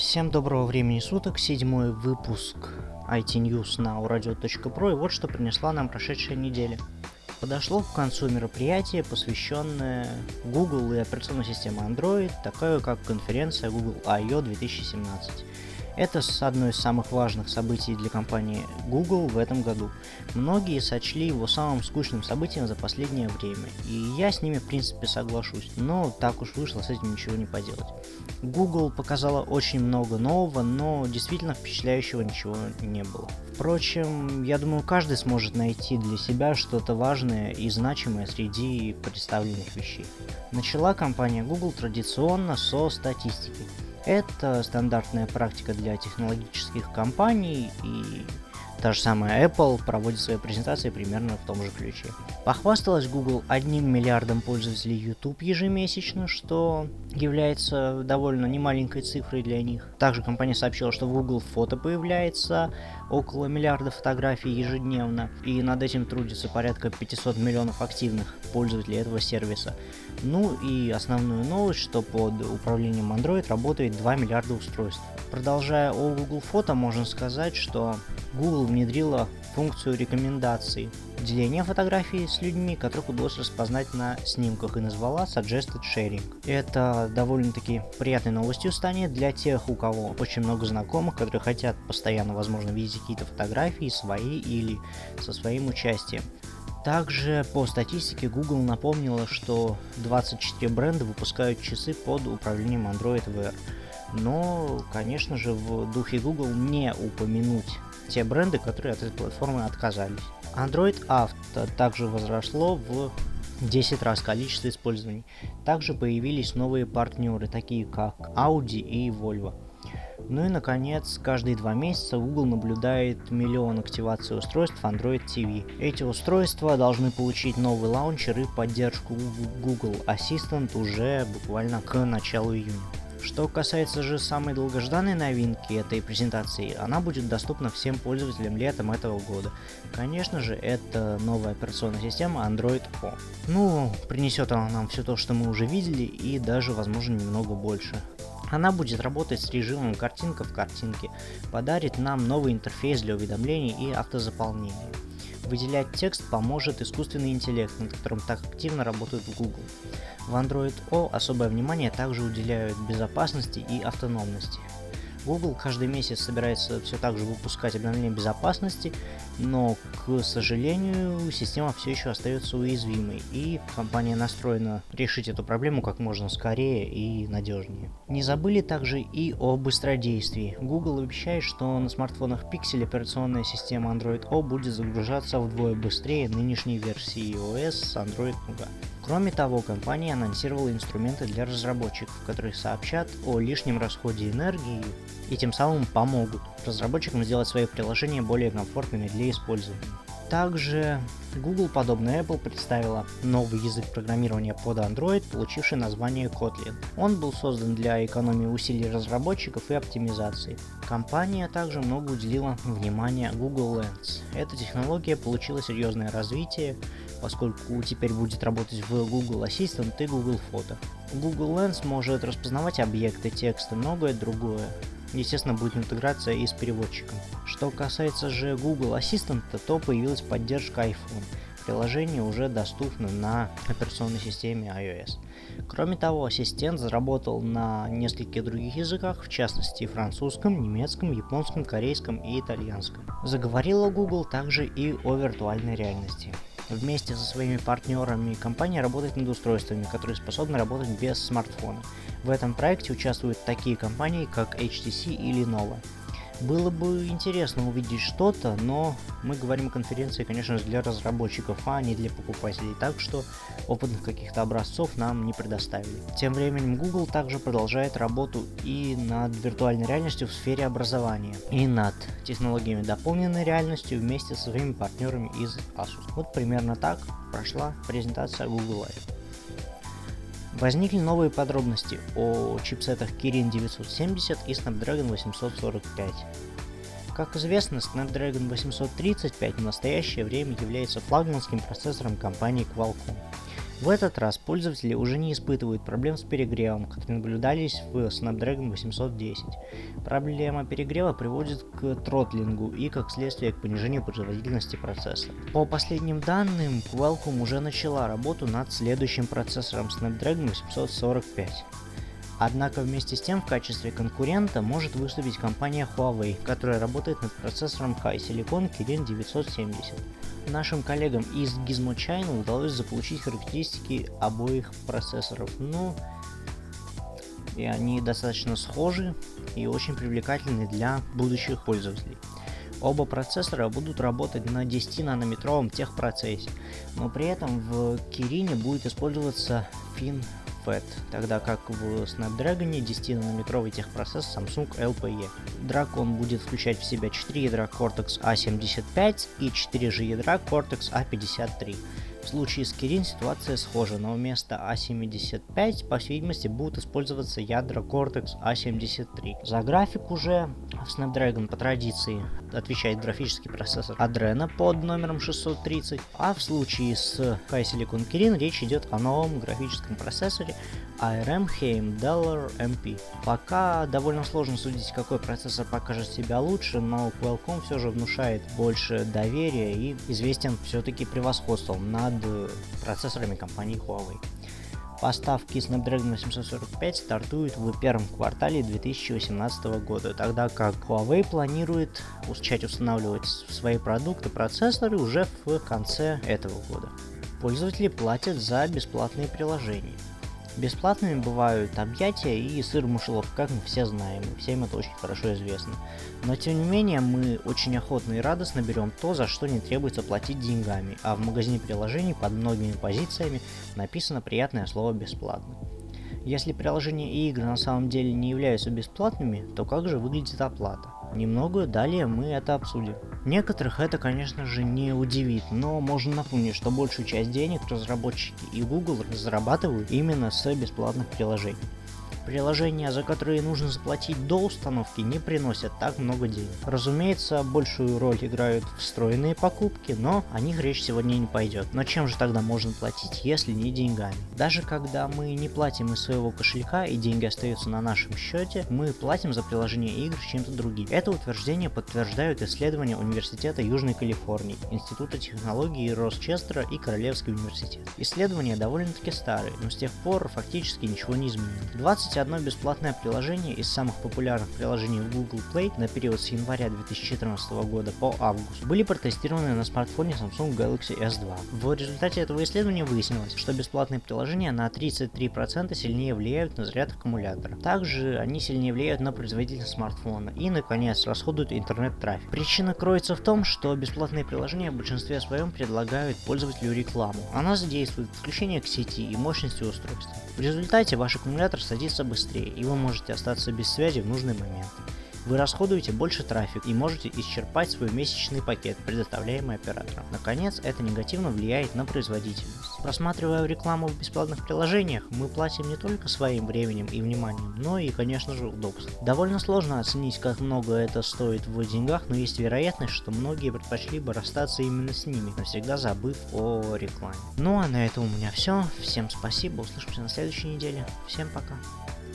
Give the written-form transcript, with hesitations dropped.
Всем доброго времени суток, 7-й выпуск IT News на uradio.pro, и вот что принесла нам прошедшая неделя. Подошло к концу мероприятие, посвященное Google и операционной системе Android, такое как конференция Google I/O 2017. Это одно из самых важных событий для компании Google в этом году. Многие сочли его самым скучным событием за последнее время, и я с ними в принципе соглашусь, но так уж вышло, с этим ничего не поделать. Google показала очень много нового, но действительно впечатляющего ничего не было. Впрочем, я думаю, каждый сможет найти для себя что-то важное и значимое среди представленных вещей. Начала компания Google традиционно со статистики. Это стандартная практика для технологических компаний, и та же самая Apple проводит свои презентации примерно в том же ключе. Похвасталась Google 1 миллиардом пользователей YouTube ежемесячно, что является довольно немаленькой цифрой для них. Также компания сообщила, что в Google Фото появляется около миллиарда фотографий ежедневно, и над этим трудится порядка 500 миллионов активных пользователей этого сервиса. Ну и основную новость, что под управлением Android работает 2 миллиарда устройств. Продолжая о Google Фото, можно сказать, что Google внедрила функцию рекомендаций, деления фотографий с людьми, которых удалось распознать на снимках, и назвала Suggested Sharing. Это довольно-таки приятной новостью станет для тех, у кого очень много знакомых, которые хотят постоянно, возможно, видеть какие-то фотографии свои или со своим участием. Также по статистике Google напомнила, что 24 бренда выпускают часы под управлением Android Wear. Но, конечно же, в духе Google не упомянуть те бренды, которые от этой платформы отказались. Android Auto также возросло в 10 раз количество использований. Также появились новые партнеры, такие как Audi и Volvo. Ну и наконец, каждые 2 месяца Google наблюдает миллион активаций устройств Android TV. Эти устройства должны получить новый лаунчер и поддержку Google Assistant уже буквально к началу июня. Что касается же самой долгожданной новинки этой презентации, она будет доступна всем пользователям летом этого года. Конечно же, это новая операционная система Android O. Ну, принесет она нам все то, что мы уже видели, и даже, возможно, немного больше. Она будет работать с режимом картинка в картинке, подарит нам новый интерфейс для уведомлений и автозаполнения. Выделять текст поможет искусственный интеллект, над которым так активно работают в Google. В Android O особое внимание также уделяют безопасности и автономности. Google каждый месяц собирается все так же выпускать обновления безопасности, но, к сожалению, система все еще остается уязвимой, и компания настроена решить эту проблему как можно скорее и надежнее. Не забыли также и о быстродействии. Google обещает, что на смартфонах Pixel операционная система Android O будет загружаться вдвое быстрее нынешней версии iOS с Android Nougat. Кроме того, компания анонсировала инструменты для разработчиков, которые сообщат о лишнем расходе энергии и тем самым помогут разработчикам сделать свои приложения более комфортными для использования. Также Google, подобно Apple, представила новый язык программирования под Android, получивший название Kotlin. Он был создан для экономии усилий разработчиков и оптимизации. Компания также много уделила внимания Google Lens. Эта технология получила серьезное развитие, поскольку теперь будет работать в Google Assistant и Google Фото. Google Lens может распознавать объекты, тексты, многое другое. Естественно, будет интеграция и с переводчиком. Что касается же Google Assistant, то появилась поддержка iPhone. Приложение уже доступно на операционной системе iOS. Кроме того, ассистент заработал на нескольких других языках, в частности французском, немецком, японском, корейском и итальянском. Заговорила Google также и о виртуальной реальности. Вместе со своими партнерами компания работает над устройствами, которые способны работать без смартфона. В этом проекте участвуют такие компании, как HTC и Lenovo. Было бы интересно увидеть что-то, но мы говорим о конференции, конечно же, для разработчиков, а не для покупателей, так что опытных каких-то образцов нам не предоставили. Тем временем Google также продолжает работу и над виртуальной реальностью в сфере образования, и над технологиями дополненной реальностью вместе со своими партнерами из Asus. Вот примерно так прошла презентация Google I/O. Возникли новые подробности о чипсетах Kirin 970 и Snapdragon 845. Как известно, Snapdragon 835 в настоящее время является флагманским процессором компании Qualcomm. В В этот раз пользователи уже не испытывают проблем с перегревом, которые наблюдались в Snapdragon 810. Проблема перегрева приводит к тротлингу и, как следствие, к понижению производительности процессора. По последним данным, Qualcomm уже начала работу над следующим процессором Snapdragon 845. Однако вместе с тем в качестве конкурента может выступить компания Huawei, которая работает над процессором HiSilicon Kirin 970. Нашим коллегам из Gizmo China удалось заполучить характеристики обоих процессоров, и они достаточно схожи и очень привлекательны для будущих пользователей. Оба процессора будут работать на 10-нанометровом техпроцессе, но при этом в Kirin будет использоваться FinFET, тогда как в Snapdragon 10-нанометровый техпроцесс Samsung LPE. Dragon будет включать в себя 4 ядра Cortex A75 и 4 же ядра Cortex A53. В случае с Kirin ситуация схожа, но вместо A75, по всей видимости, будут использоваться ядра Cortex A73. За графику же в Snapdragon по традиции отвечает графический процессор Adreno под номером 630, а в случае с HiSilicon Kirin речь идет о новом графическом процессоре ARM Heimdallr MP. Пока довольно сложно судить, какой процессор покажет себя лучше, но Qualcomm все же внушает больше доверия и известен все-таки превосходством над процессорами компании Huawei. Поставки Snapdragon 845 стартуют в первом квартале 2018 года, тогда как Huawei планирует начать устанавливать в свои продукты процессоры уже в конце этого года. Пользователи платят за бесплатные приложения. Бесплатными бывают объятия и сыр в мышеловке, как мы все знаем, и всем это очень хорошо известно. Но тем не менее, мы очень охотно и радостно берем то, за что не требуется платить деньгами, а в магазине приложений под многими позициями написано приятное слово «бесплатно». Если приложения и игры на самом деле не являются бесплатными, то как же выглядит оплата? Немного далее мы это обсудим. Некоторых это, конечно же, не удивит, но можно напомнить, что большую часть денег разработчики и Google зарабатывают именно с бесплатных приложений. Приложения, за которые нужно заплатить до установки, не приносят так много денег. Разумеется, большую роль играют встроенные покупки, но о них речь сегодня не пойдет. Но чем же тогда можно платить, если не деньгами? Даже когда мы не платим из своего кошелька и деньги остаются на нашем счете, мы платим за приложение игр чем-то другим. Это утверждение подтверждают исследования Университета Южной Калифорнии, Института технологий Росчестера и Королевский университет. Исследования довольно-таки старые, но с тех пор фактически ничего не изменилось. 21 бесплатное приложение из самых популярных приложений в Google Play на период с января 2014 года по август были протестированы на смартфоне Samsung Galaxy S2. В результате этого исследования выяснилось, что бесплатные приложения на 33% сильнее влияют на заряд аккумулятора. Также они сильнее влияют на производительность смартфона и, наконец, расходуют интернет-трафик. Причина кроется в том, что бесплатные приложения в большинстве своем предлагают пользователю рекламу. Она задействует подключение к сети и мощности устройства. В результате ваш аккумулятор садится быстрее, и вы можете остаться без связи в нужный момент. Вы расходуете больше трафика и можете исчерпать свой месячный пакет, предоставляемый оператором. Наконец, это негативно влияет на производительность. Просматривая рекламу в бесплатных приложениях, мы платим не только своим временем и вниманием, но и, конечно же, удобством. Довольно сложно оценить, как много это стоит в деньгах, но есть вероятность, что многие предпочли бы расстаться именно с ними, навсегда забыв о рекламе. Ну а на этом у меня все. Всем спасибо, услышимся на следующей неделе. Всем пока.